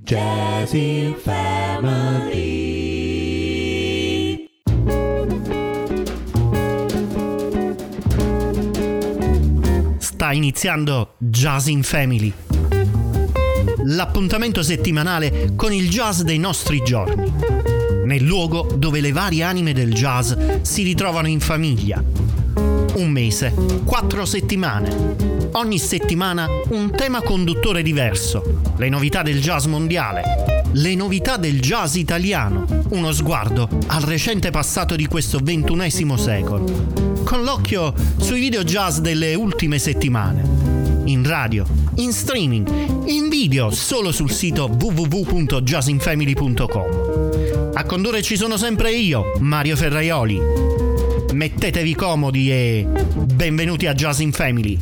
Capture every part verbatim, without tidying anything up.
Jazzin Family. Sta iniziando Jazzin Family, l'appuntamento settimanale con il jazz dei nostri giorni, nel luogo dove le varie anime del jazz si ritrovano in famiglia. Un mese, quattro settimane. Ogni settimana un tema conduttore diverso. Le novità del jazz mondiale, le novità del jazz italiano, uno sguardo al recente passato di questo ventunesimo secolo, con l'occhio sui video jazz delle ultime settimane. In radio, in streaming, in video solo sul sito w w w punto jazzinfamily punto com. A condurre ci sono sempre io, Mario Ferraioli. Mettetevi comodi e benvenuti a Jazzin Family.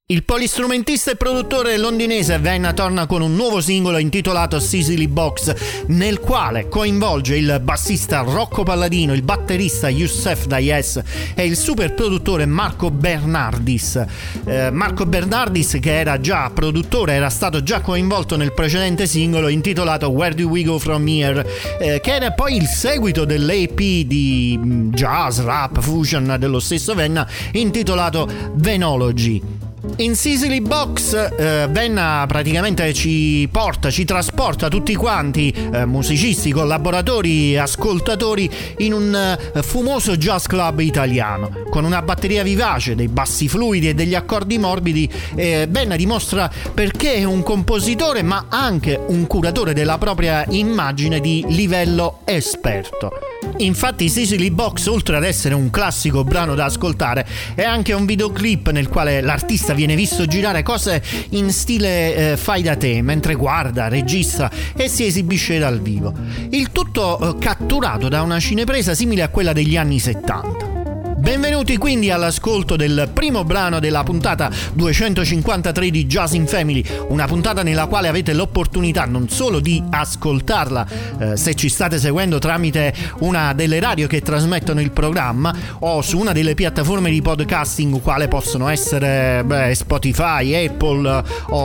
Il polistrumentista e produttore londinese Venna torna con un nuovo singolo intitolato Sicily Box, nel quale coinvolge il bassista Rocco Palladino, il batterista Youssef Dayes e il super produttore Marco Bernardis. Eh, Marco Bernardis, che era già produttore, era stato già coinvolto nel precedente singolo intitolato Where Do We Go From Here, eh, che era poi il seguito dell'A P di jazz, rap, fusion dello stesso Venna intitolato Venology. In Sicily Box eh, Venna praticamente ci porta, ci trasporta tutti quanti, eh, musicisti, collaboratori, ascoltatori, in un eh, fumoso jazz club italiano. Con una batteria vivace, dei bassi fluidi e degli accordi morbidi, eh, Venna dimostra perché è un compositore ma anche un curatore della propria immagine di livello esperto. Infatti Sicily Box, oltre ad essere un classico brano da ascoltare, è anche un videoclip nel quale l'artista viene visto girare cose in stile eh, fai da te, mentre guarda, registra e si esibisce dal vivo. Il tutto eh, catturato da una cinepresa simile a quella degli anni settanta. Benvenuti quindi all'ascolto del primo brano della puntata duecentocinquantatré di Jazz in Family, una puntata nella quale avete l'opportunità non solo di ascoltarla eh, se ci state seguendo tramite una delle radio che trasmettono il programma o su una delle piattaforme di podcasting quale possono essere beh, Spotify, Apple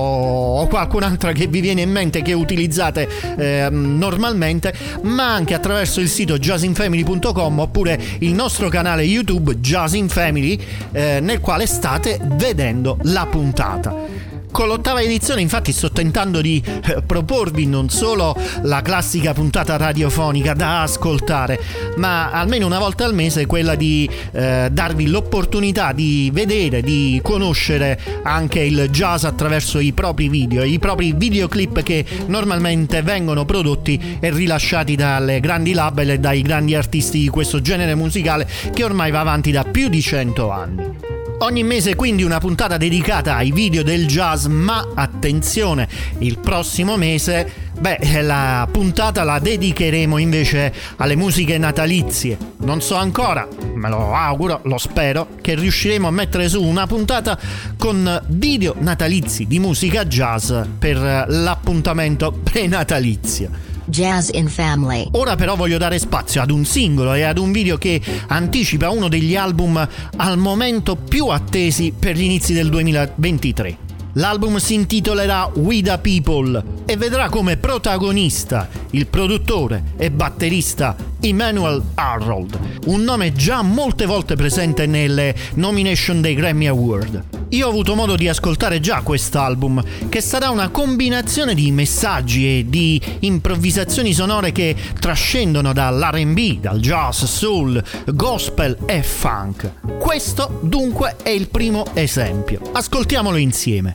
o, o qualcun'altra che vi viene in mente che utilizzate eh, normalmente, ma anche attraverso il sito jazz in family punto com oppure il nostro canale YouTube Jazz in Family, eh, nel quale state vedendo la puntata. Con l'ottava edizione infatti sto tentando di eh, proporvi non solo la classica puntata radiofonica da ascoltare, ma almeno una volta al mese quella di eh, darvi l'opportunità di vedere, di conoscere anche il jazz attraverso i propri video, i propri videoclip che normalmente vengono prodotti e rilasciati dalle grandi label e dai grandi artisti di questo genere musicale che ormai va avanti da più di cento anni. Ogni mese quindi una puntata dedicata ai video del jazz, ma attenzione, il prossimo mese, beh, la puntata la dedicheremo invece alle musiche natalizie. Non so ancora, me lo auguro, lo spero, che riusciremo a mettere su una puntata con video natalizi di musica jazz per l'appuntamento prenatalizio. Jazz in Family. Ora però voglio dare spazio ad un singolo e ad un video che anticipa uno degli album al momento più attesi per gli inizi del duemilaventitré. L'album si intitolerà We the People e vedrà come protagonista il produttore e batterista Emmanuel Arnold, un nome già molte volte presente nelle nomination dei Grammy Award. Io ho avuto modo di ascoltare già quest'album, che sarà una combinazione di messaggi e di improvvisazioni sonore che trascendono dall'R and B, dal jazz, soul, gospel e funk. Questo dunque è il primo esempio. Ascoltiamolo insieme.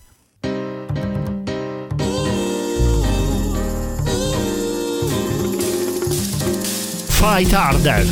Fight Harder.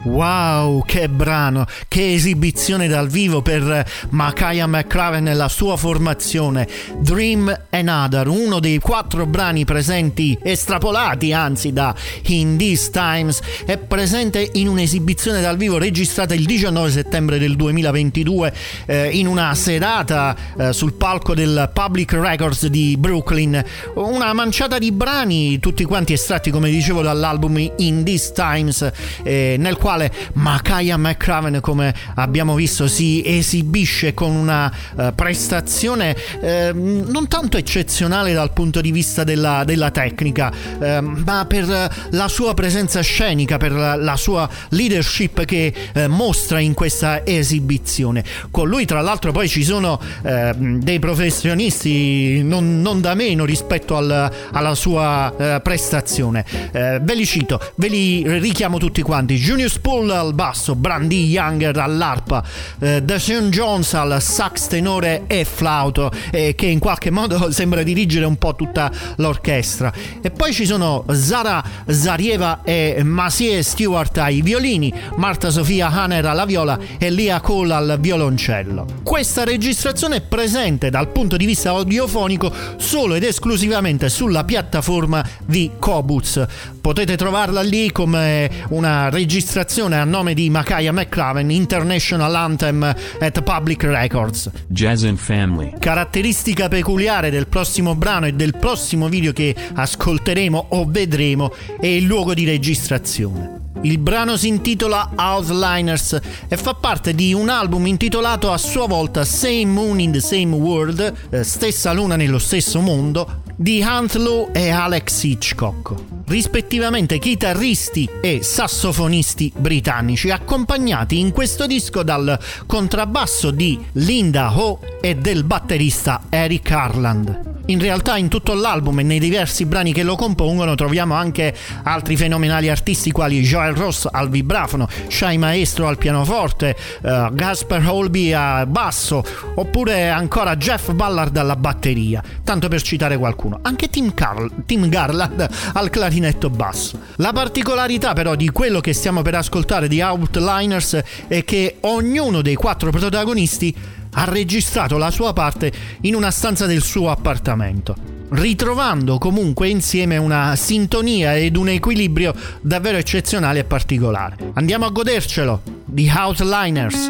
Wow, che brano, che esibizione dal vivo per Makaya McCraven e la sua formazione. Dream Another, uno dei quattro brani presenti, estrapolati anzi da In These Times, è presente in un'esibizione dal vivo registrata il diciannove settembre del duemilaventidue eh, in una serata eh, sul palco del Public Records di Brooklyn. Una manciata di brani, tutti quanti estratti, come dicevo, dall'album In These Times, eh, nel quale Makaya McCraven, come abbiamo visto, si esibisce con una uh, prestazione eh, non tanto eccezionale dal punto di vista della, della tecnica, eh, ma per la sua presenza scenica, per la, la sua leadership che eh, mostra in questa esibizione. Con lui, tra l'altro, poi ci sono eh, dei professionisti non, non da meno rispetto al, alla sua eh, prestazione. Eh, ve li cito, ve li richiamo tutti quanti: Junius Paul al basso, Brandi Younger all'arpa, eh, Deshaun Jones al sax tenore e flauto, eh, che in qualche modo sembra dirigere un po' tutta l'orchestra. E poi ci sono Zara Zarieva e Maciej Stewart ai violini, Marta Sofia Hanner alla viola e Lia Cole al violoncello. Questa registrazione è presente dal punto di vista audiofonico solo ed esclusivamente sulla piattaforma di Qobuz. Potete trovarla lì come una registrazione a nome di Makaya McCraven, International Anthem at Public Records. Jazz and Family. Caratteristica peculiare del prossimo brano e del prossimo video che ascolteremo o vedremo è il luogo di registrazione. Il brano si intitola Outliners e fa parte di un album intitolato a sua volta Same Moon in the Same World, eh, stessa luna nello stesso mondo, di Hunt Law e Alex Hitchcock, rispettivamente chitarristi e sassofonisti britannici, accompagnati in questo disco dal contrabbasso di Linda Ho e del batterista Eric Harland. In realtà in tutto l'album e nei diversi brani che lo compongono troviamo anche altri fenomenali artisti quali Joel Ross al vibrafono, Shai Maestro al pianoforte, uh, Gasper Holby al basso, oppure ancora Jeff Ballard alla batteria, tanto per citare qualcuno. Anche Tim, Carl- Tim Garland al clarinetto basso. La particolarità però di quello che stiamo per ascoltare di Outliners è che ognuno dei quattro protagonisti ha registrato la sua parte in una stanza del suo appartamento, ritrovando comunque insieme una sintonia ed un equilibrio davvero eccezionale e particolare. Andiamo a godercelo, di Outliners.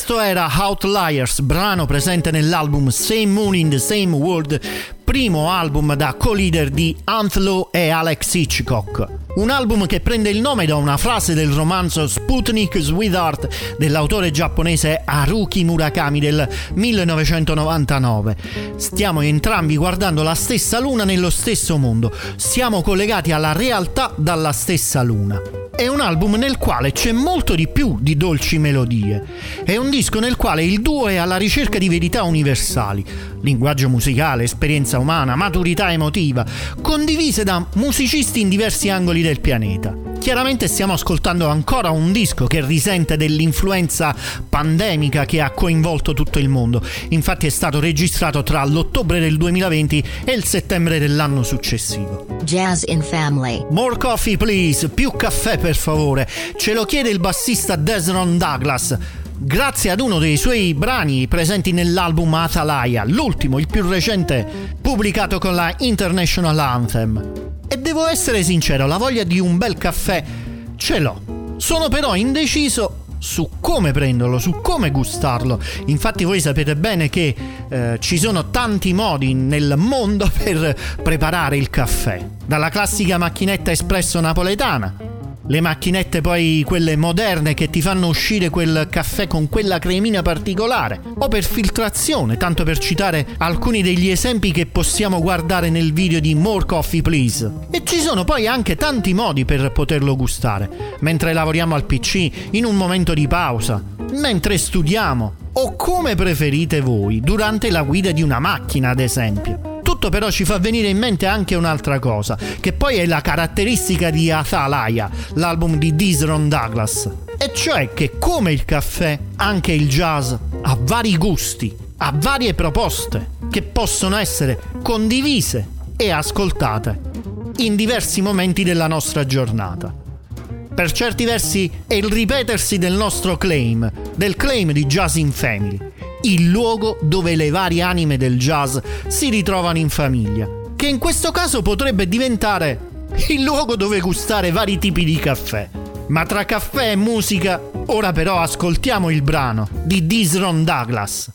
Questo era Outliers, brano presente nell'album Same Moon in the Same World, primo album da co-leader di Anthlo e Alex Hitchcock. Un album che prende il nome da una frase del romanzo Sputnik Sweetheart dell'autore giapponese Haruki Murakami del millenovecentonovantanove. Stiamo entrambi guardando la stessa luna nello stesso mondo, siamo collegati alla realtà dalla stessa luna. È un album nel quale c'è molto di più di dolci melodie. È un disco nel quale il duo è alla ricerca di verità universali, linguaggio musicale, esperienza umana, maturità emotiva, condivise da musicisti in diversi angoli del pianeta. Chiaramente stiamo ascoltando ancora un disco che risente dell'influenza pandemica che ha coinvolto tutto il mondo. Infatti è stato registrato tra l'ottobre del duemilaventi e il settembre dell'anno successivo. Jazz in Family. More coffee please, più caffè per favore. Ce lo chiede il bassista Desron Douglas, grazie ad uno dei suoi brani presenti nell'album Atalaya, l'ultimo, il più recente, pubblicato con la International Anthem. E devo essere sincero, la voglia di un bel caffè ce l'ho. Sono però indeciso su come prenderlo, su come gustarlo. Infatti voi sapete bene che eh, ci sono tanti modi nel mondo per preparare il caffè. Dalla classica macchinetta espresso napoletana, le macchinette poi quelle moderne che ti fanno uscire quel caffè con quella cremina particolare, o per filtrazione, tanto per citare alcuni degli esempi che possiamo guardare nel video di More Coffee Please. E ci sono poi anche tanti modi per poterlo gustare, mentre lavoriamo al P C, in un momento di pausa, mentre studiamo, o come preferite voi, durante la guida di una macchina ad esempio. Tutto però ci fa venire in mente anche un'altra cosa, che poi è la caratteristica di Atalaya, l'album di Desron Douglas, e cioè che come il caffè, anche il jazz ha vari gusti, ha varie proposte che possono essere condivise e ascoltate in diversi momenti della nostra giornata. Per certi versi è il ripetersi del nostro claim, del claim di Jazz in Family, il luogo dove le varie anime del jazz si ritrovano in famiglia, che in questo caso potrebbe diventare il luogo dove gustare vari tipi di caffè. Ma tra caffè e musica, ora però ascoltiamo il brano di Desron Douglas.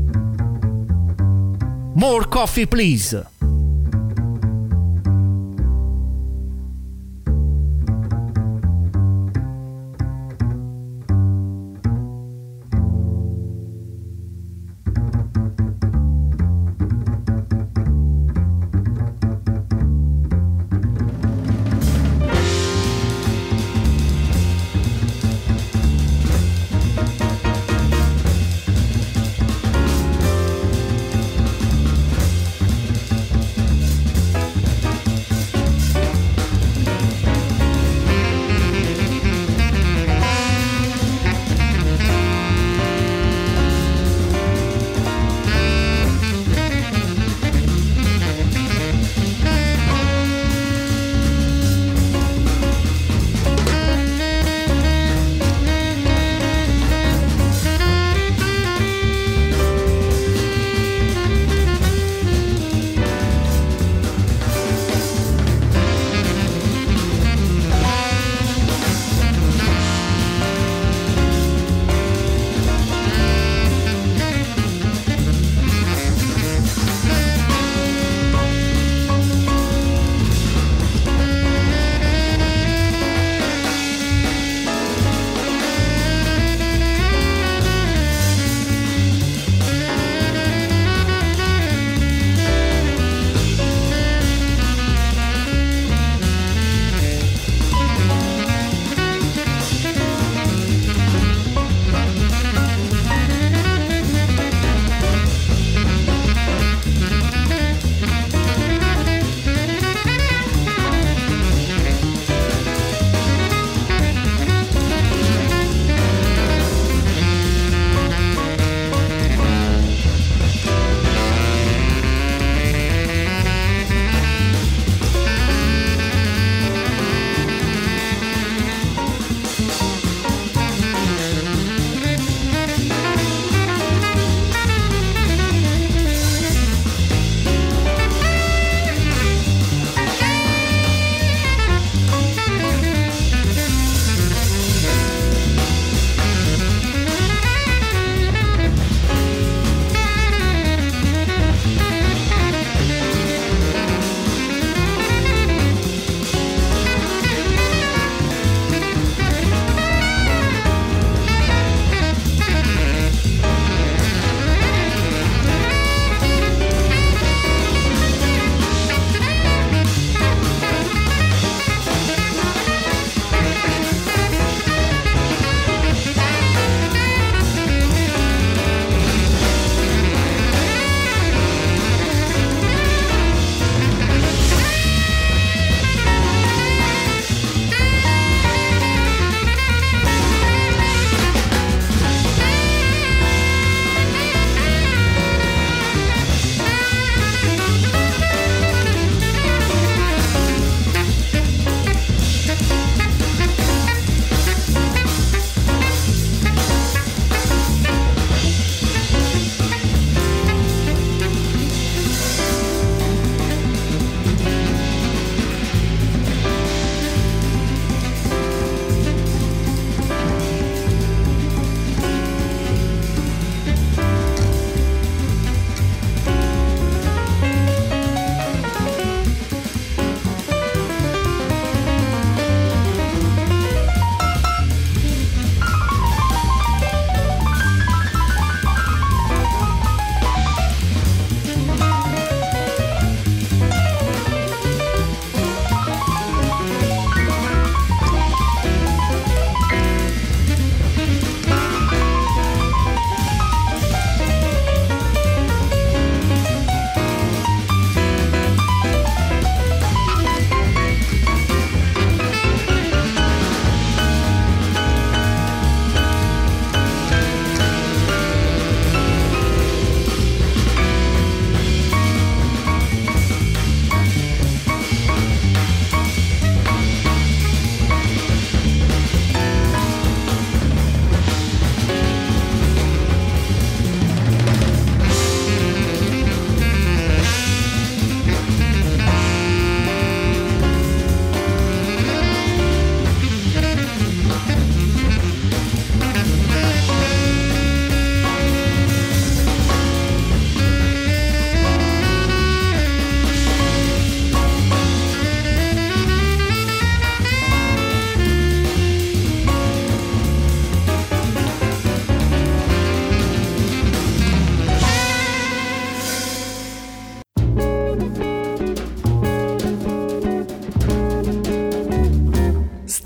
More Coffee Please.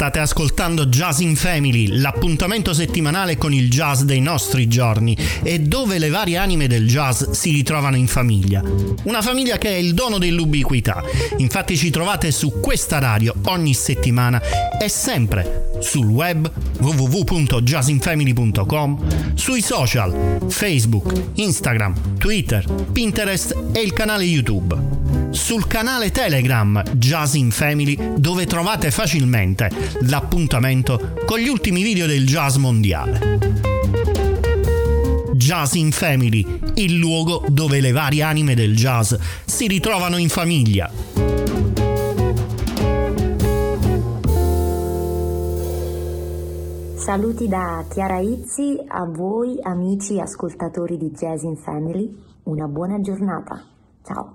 State ascoltando Jazz in Family, l'appuntamento settimanale con il jazz dei nostri giorni e dove le varie anime del jazz si ritrovano in famiglia. Una famiglia che è il dono dell'ubiquità. Infatti ci trovate su questa radio ogni settimana e sempre sul web w w w punto jazz in family punto com, sui social Facebook, Instagram, Twitter, Pinterest e il canale YouTube. Sul canale Telegram Jazz in Family, dove trovate facilmente l'appuntamento con gli ultimi video del jazz mondiale. Jazz in Family, il luogo dove le varie anime del jazz si ritrovano in famiglia. Saluti da Chiara Izzi a voi amici ascoltatori di Jazz in Family. Una buona giornata. Ciao.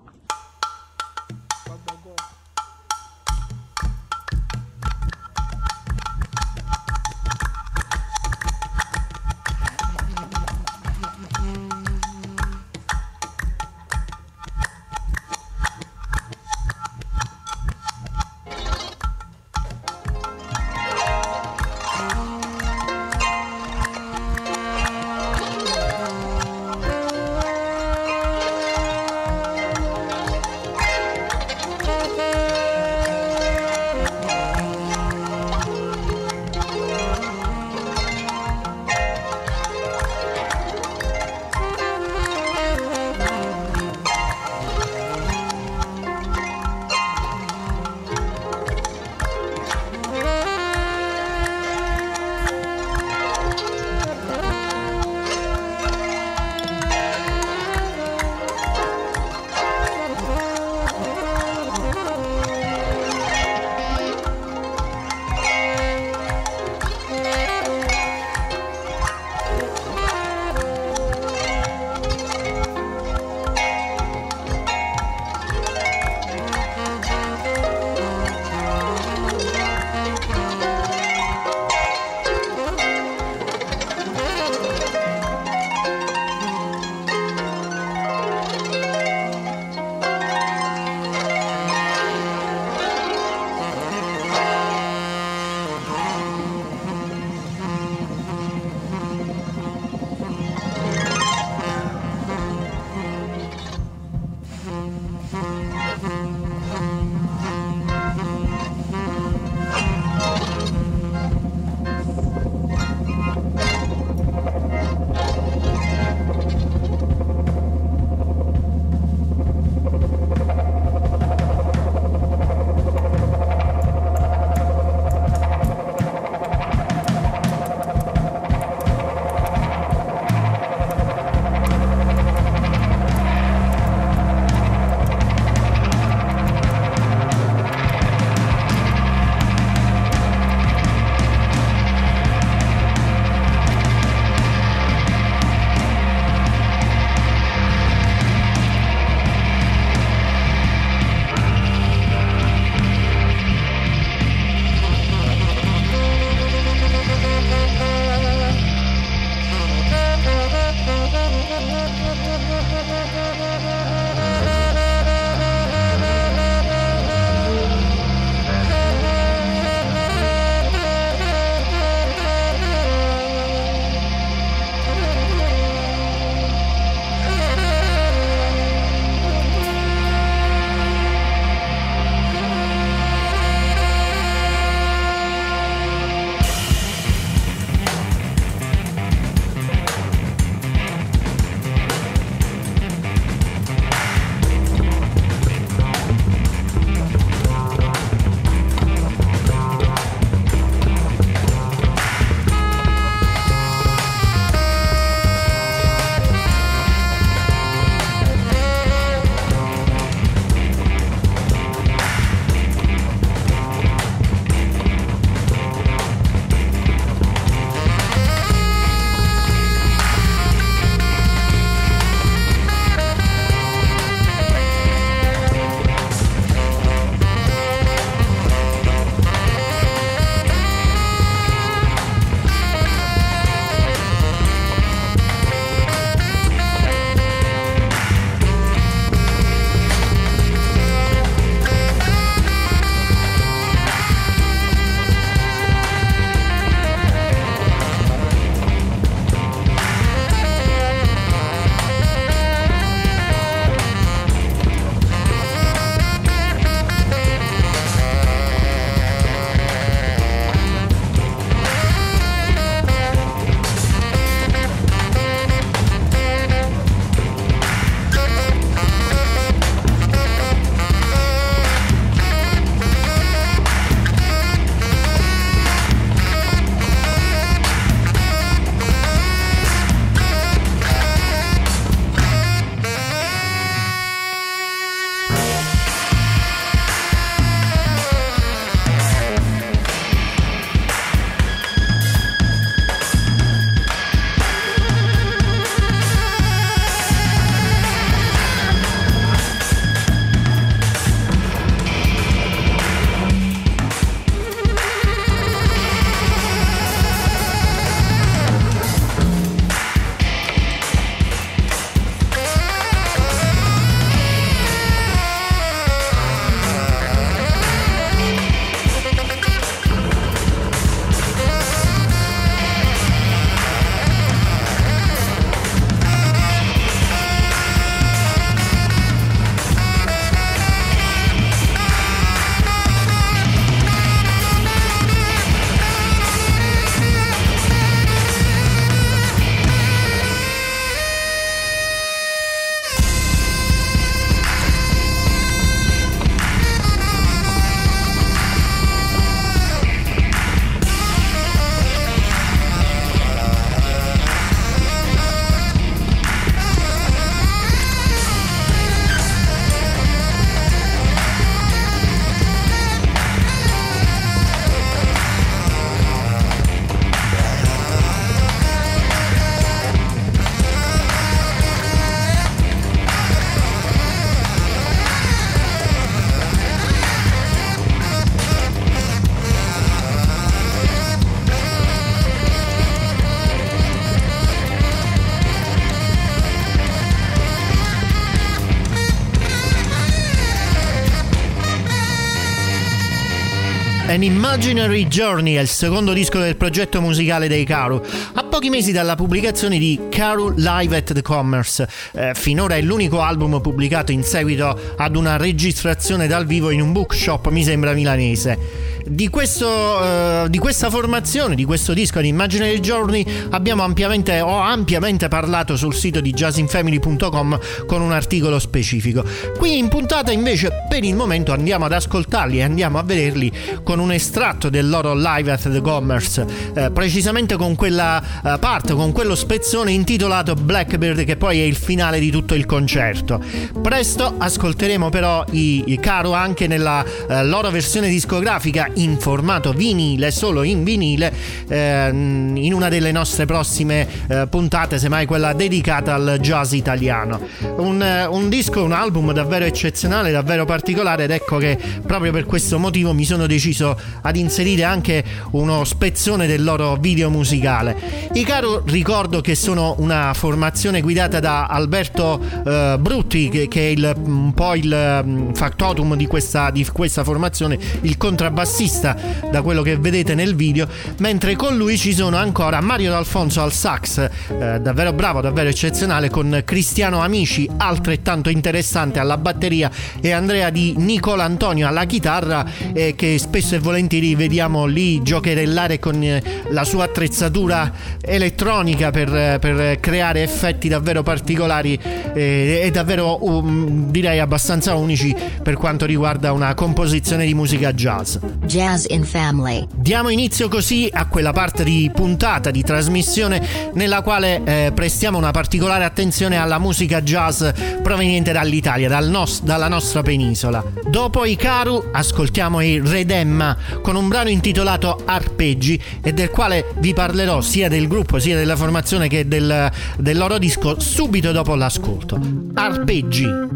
An Imaginary Journey è il secondo disco del progetto musicale dei Karu, a pochi mesi dalla pubblicazione di Karu Live at the Commerce. Eh, finora è l'unico album pubblicato in seguito ad una registrazione dal vivo in un bookshop, mi sembra milanese. Di, questo, uh, di questa formazione, di questo disco di Imaginary Journey abbiamo ampiamente, ho ampiamente parlato sul sito di jazzinfamily punto com con un articolo specifico. Qui in puntata invece per il momento andiamo ad ascoltarli e andiamo a vederli con un estratto del loro Live at the Commerce, eh, precisamente con quella uh, parte, con quello spezzone intitolato Blackbird, che poi è il finale di tutto il concerto. Presto ascolteremo però i, i Karu anche nella uh, loro versione discografica in formato vinile, solo in vinile, eh, in una delle nostre prossime eh, puntate, semmai quella dedicata al jazz italiano. Un, un disco, un album davvero eccezionale, davvero particolare, ed ecco che proprio per questo motivo mi sono deciso ad inserire anche uno spezzone del loro video musicale. I Karu, ricordo che sono una formazione guidata da Alberto eh, Brutti, che, che è il, un po' il um, factotum di questa, di questa formazione, il contrabbassista da quello che vedete nel video, mentre con lui ci sono ancora Mario D'Alfonso al sax, eh, davvero bravo, davvero eccezionale, con Cristiano Amici altrettanto interessante alla batteria e Andrea Di Nicola Antonio alla chitarra, eh, che spesso e volentieri vediamo lì giocherellare con eh, la sua attrezzatura elettronica per, per creare effetti davvero particolari eh, e davvero um, direi abbastanza unici per quanto riguarda una composizione di musica jazz. Jazz in Family. Diamo inizio così a quella parte di puntata di trasmissione nella quale eh, prestiamo una particolare attenzione alla musica jazz proveniente dall'Italia, dal nos- dalla nostra penisola. Dopo i Karu ascoltiamo i Redemma con un brano intitolato Arpeggi, e del quale vi parlerò sia del gruppo sia della formazione che del, del loro disco subito dopo l'ascolto. Arpeggi.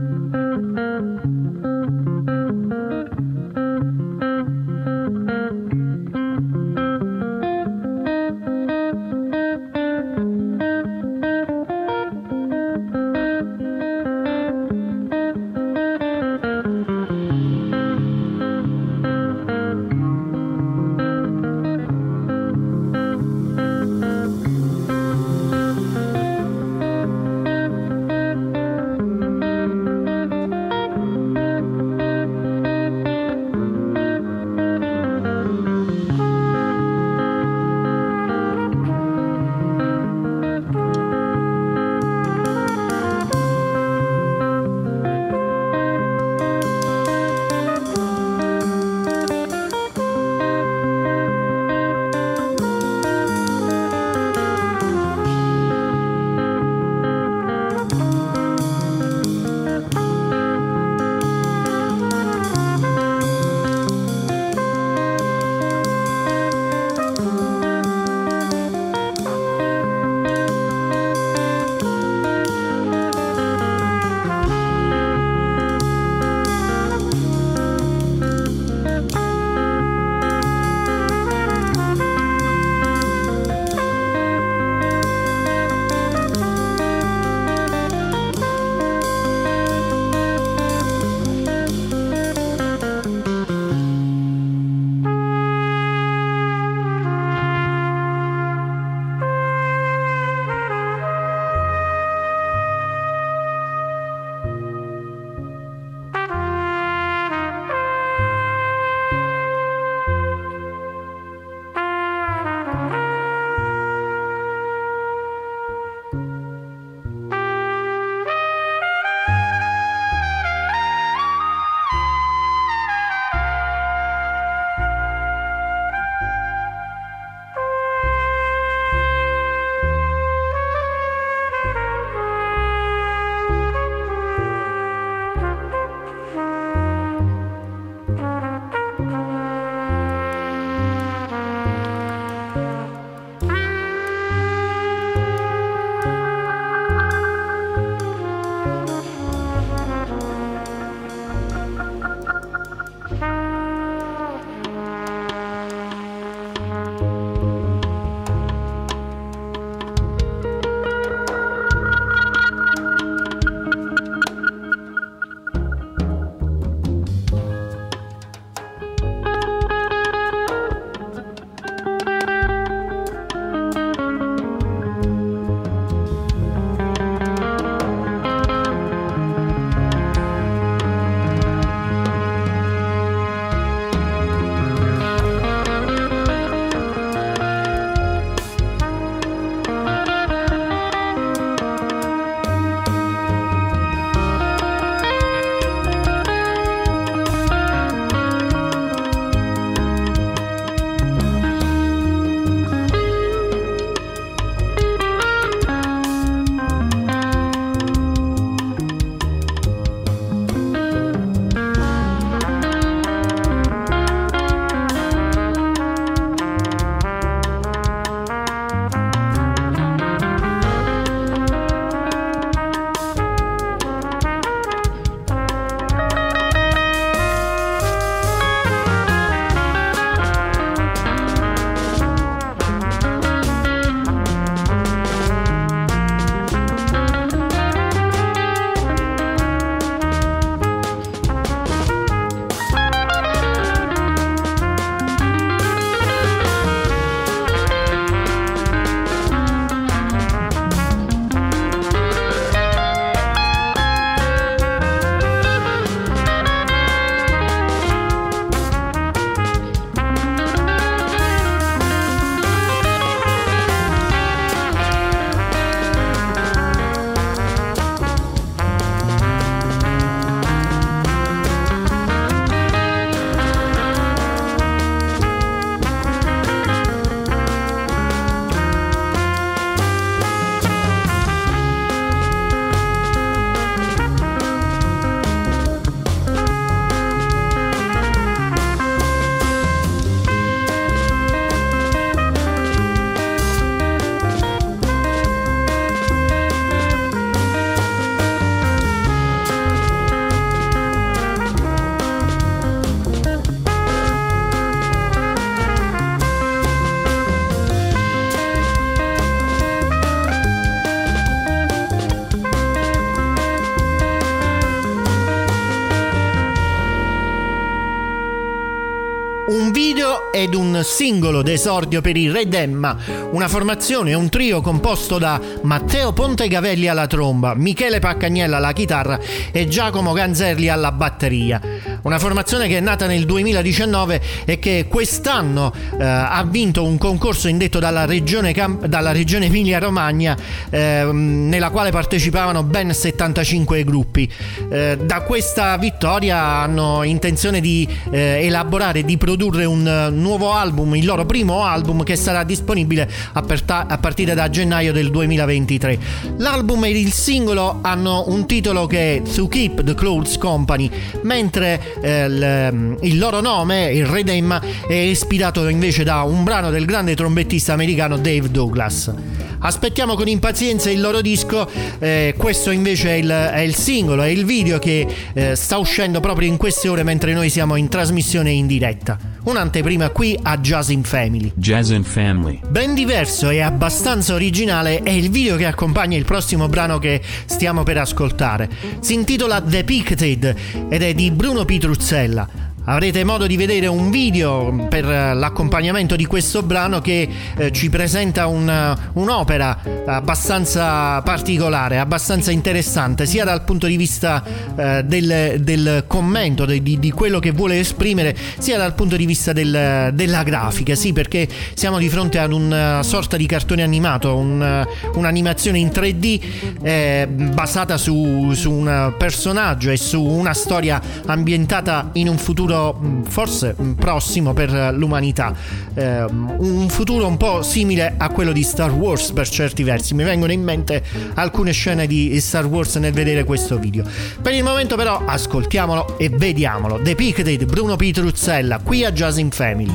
video ed un singolo d'esordio per i Red Emma, una formazione e un trio composto da Matteo Pontegavelli alla tromba, Michele Paccagnella alla chitarra e Giacomo Ganzerli alla batteria. Una formazione che è nata nel duemiladiciannove e che quest'anno eh, ha vinto un concorso indetto dalla regione, Cam- dalla regione Emilia-Romagna, eh, nella quale partecipavano ben settantacinque gruppi. Eh, da questa vittoria hanno intenzione di eh, elaborare e di produrre un uh, nuovo album, il loro primo album, che sarà disponibile a, perta- a partire da gennaio del duemilaventitré. L'album e il singolo hanno un titolo che è To Keep the Clothes Company, mentre eh, l- il loro nome, il Red Emma, è ispirato invece da un brano del grande trombettista americano Dave Douglas. Aspettiamo con impazienza il loro disco, eh, questo invece è il, è il singolo, è il video che eh, sta uscendo proprio in queste ore mentre noi siamo in trasmissione in diretta. Un'anteprima qui a Jazz in Family. Jazz in Family. Ben diverso e abbastanza originale è il video che accompagna il prossimo brano che stiamo per ascoltare. Si intitola The Picted ed è di Bruno Pitruzzella. Avrete modo di vedere un video per l'accompagnamento di questo brano che eh, ci presenta un, un'opera abbastanza particolare, abbastanza interessante, sia dal punto di vista eh, del, del commento, de, di, di quello che vuole esprimere, sia dal punto di vista del, della grafica. Sì, perché siamo di fronte ad una sorta di cartone animato, un, un'animazione in tre D eh, basata su, su un personaggio e su una storia ambientata in un futuro forse prossimo per l'umanità, eh, un futuro un po' simile a quello di Star Wars per certi versi. Mi vengono in mente alcune scene di Star Wars nel vedere questo video. Per il momento però ascoltiamolo e vediamolo. The Picted, Bruno Pitruzzella, qui a Jazz in Family.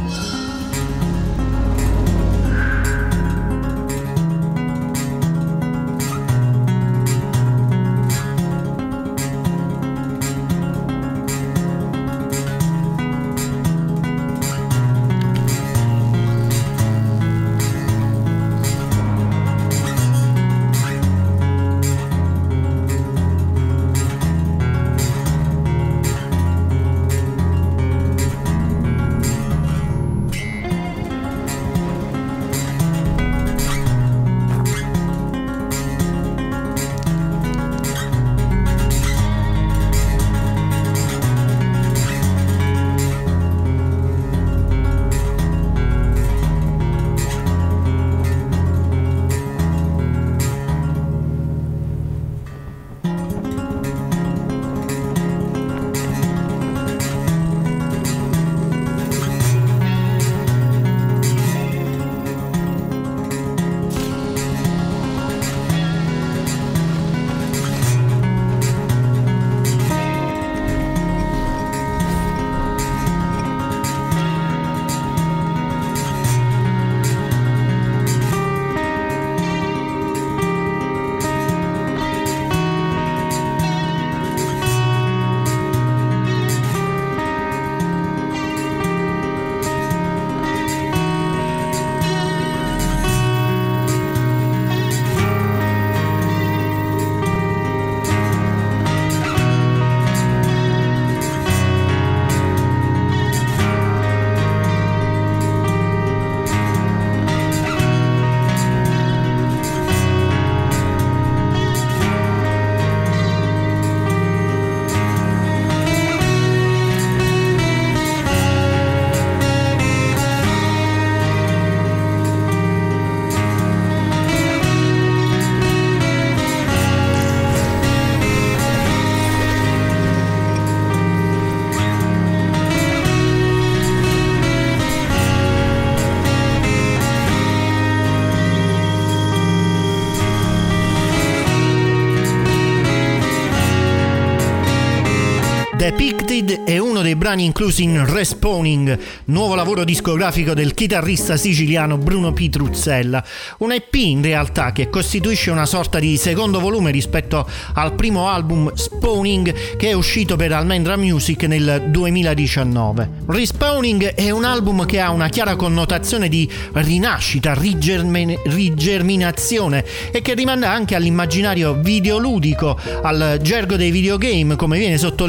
The Picted è uno dei brani inclusi in Respawning, nuovo lavoro discografico del chitarrista siciliano Bruno Pitruzzella, un E P in realtà che costituisce una sorta di secondo volume rispetto al primo album Spawning che è uscito per Almendra Music nel duemiladiciannove. Respawning è un album che ha una chiara connotazione di rinascita, rigermen- rigerminazione e che rimanda anche all'immaginario videoludico, al gergo dei videogame, come viene sottolineato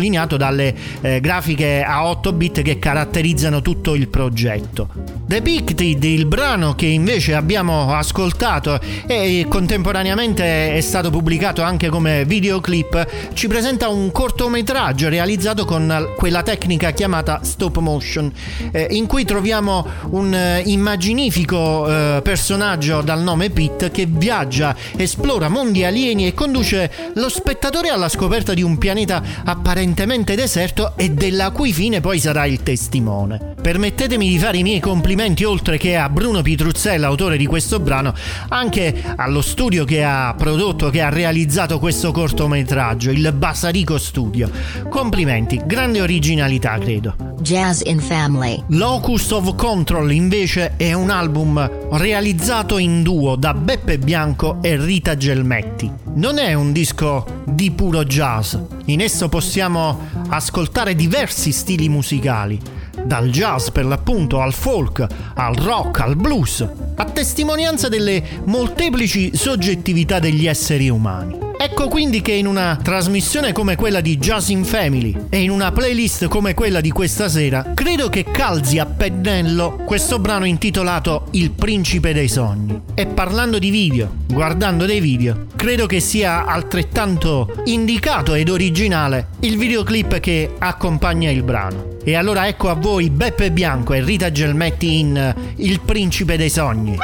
dalle eh, grafiche a otto bit che caratterizzano tutto il progetto. Depicted, il brano che invece abbiamo ascoltato e contemporaneamente è stato pubblicato anche come videoclip, ci presenta un cortometraggio realizzato con quella tecnica chiamata stop motion, eh, in cui troviamo un eh, immaginifico eh, personaggio dal nome Pete che viaggia, esplora mondi alieni e conduce lo spettatore alla scoperta di un pianeta apparentemente deserto e della cui fine poi sarà il testimone. Permettetemi di fare i miei complimenti, oltre che a Bruno Pitruzzella, autore di questo brano, anche allo studio che ha prodotto, che ha realizzato questo cortometraggio, il Basarico Studio. Complimenti, grande originalità, credo. Jazz in Family. Locus of Control invece è un album realizzato in duo da Beppe Bianco e Rita Gelmetti. Non è un disco di puro jazz, in esso possiamo ascoltare diversi stili musicali, dal jazz per l'appunto al folk, al rock, al blues, a testimonianza delle molteplici soggettività degli esseri umani. Ecco quindi che in una trasmissione come quella di Jazz in Family e in una playlist come quella di questa sera, credo che calzi a pennello questo brano intitolato Il Principe dei Sogni. E parlando di video, guardando dei video, credo che sia altrettanto indicato ed originale il videoclip che accompagna il brano. E allora ecco a voi Beppe Bianco e Rita Gelmetti in Il Principe dei Sogni.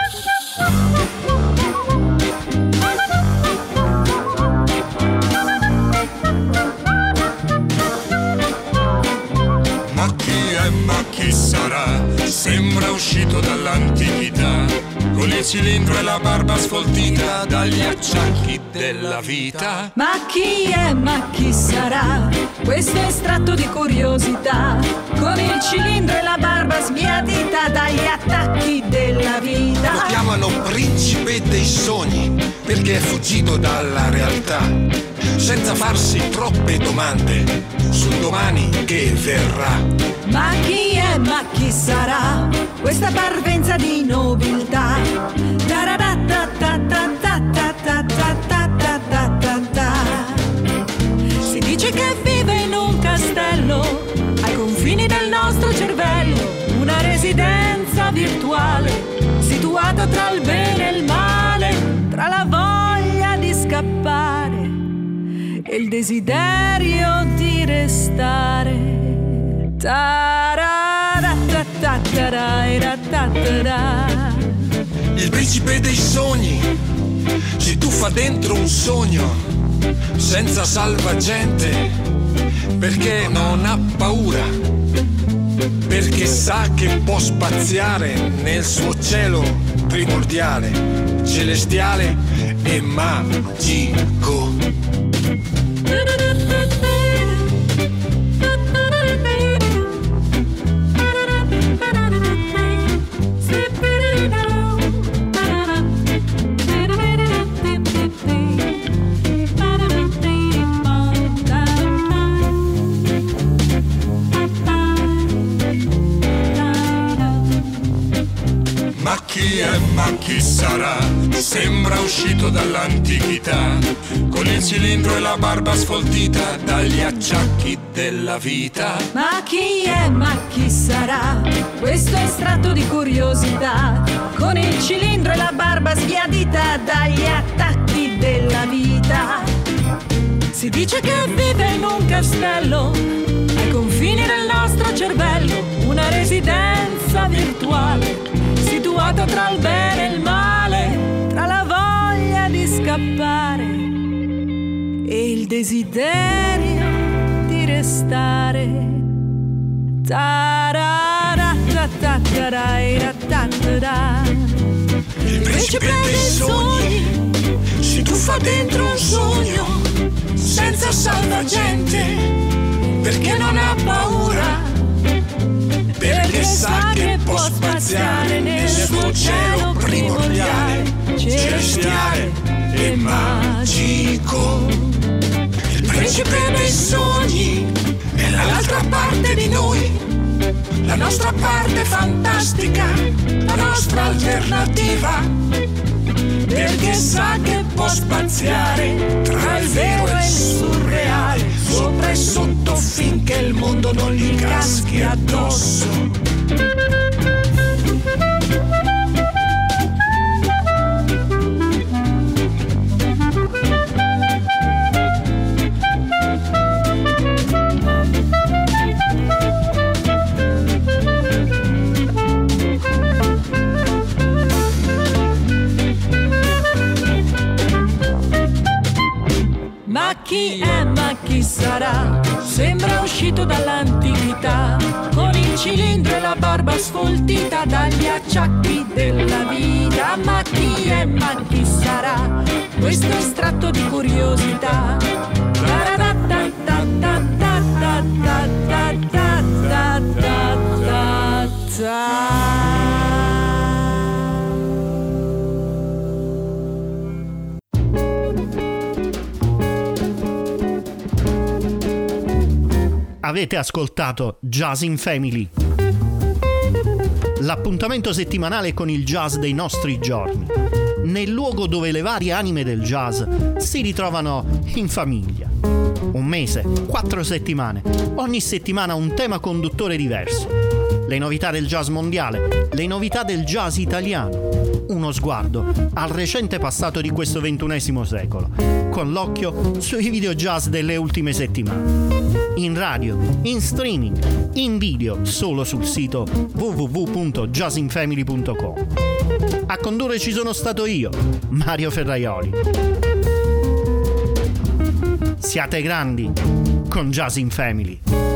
Ma chi è, ma chi sarà? Sembra uscito dall'antichità, con il cilindro e la barba sfoltita dagli acciacchi della vita. Ma chi è, ma chi sarà? Questo estratto di curiosità, con il cilindro e la barba sbiadita dagli attacchi della vita. Lo chiamano principe dei sogni, perché è fuggito dalla realtà, senza farsi troppe domande sul domani che verrà. Ma chi è, ma chi sarà? Questa parvenza di nobiltà. Si dice che vive in un castello ai confini del nostro cervello, una residenza virtuale situata tra il bene e il male, tra la voglia di scappare e il desiderio di restare. Il principe dei sogni si tuffa dentro un sogno senza salvagente, perché non ha paura, perché sa che può spaziare nel suo cielo primordiale, celestiale e magico. Ma chi è, ma chi sarà? Sembra uscito dall'antichità, con il cilindro e la barba sfoltita dagli acciacchi della vita. Ma chi è, ma chi sarà? Questo estratto di curiosità, con il cilindro e la barba sbiadita dagli attacchi della vita. Si dice che vive in un castello ai confini del nostro cervello, una residenza virtuale situata tra il bene e il male, tra la voglia di scappare e il desiderio di restare. Il principe dei sogni si tuffa dentro un sogno senza salvagente, perché non ha paura, perché sa che può spaziare nel suo cielo primordiale, celestiale e magico. Il principe dei sogni è l'altra parte di noi, la nostra parte fantastica, la nostra alternativa, perché sa che può spaziare tra il vero e il surreale, sopra e sotto finché il mondo non gli caschi addosso. Ma chi è, ma chi sarà? Sembra uscito dall'antichità, con il cilindro e la barba sfoltita dagli acciacchi della vita. Ma chi è, ma chi sarà? Questo estratto di curiosità. Avete ascoltato Jazz in Family, l'appuntamento settimanale con il jazz dei nostri giorni, nel luogo dove le varie anime del jazz si ritrovano in famiglia. Un mese, quattro settimane, ogni settimana un tema conduttore diverso. Le novità del jazz mondiale, le novità del jazz italiano, uno sguardo al recente passato di questo ventunesimo secolo, con l'occhio sui video jazz delle ultime settimane. In radio, in streaming, in video solo sul sito w w w punto jazz in family punto com. A condurre ci sono stato io, Mario Ferraioli. Siate grandi con Jazz in Family.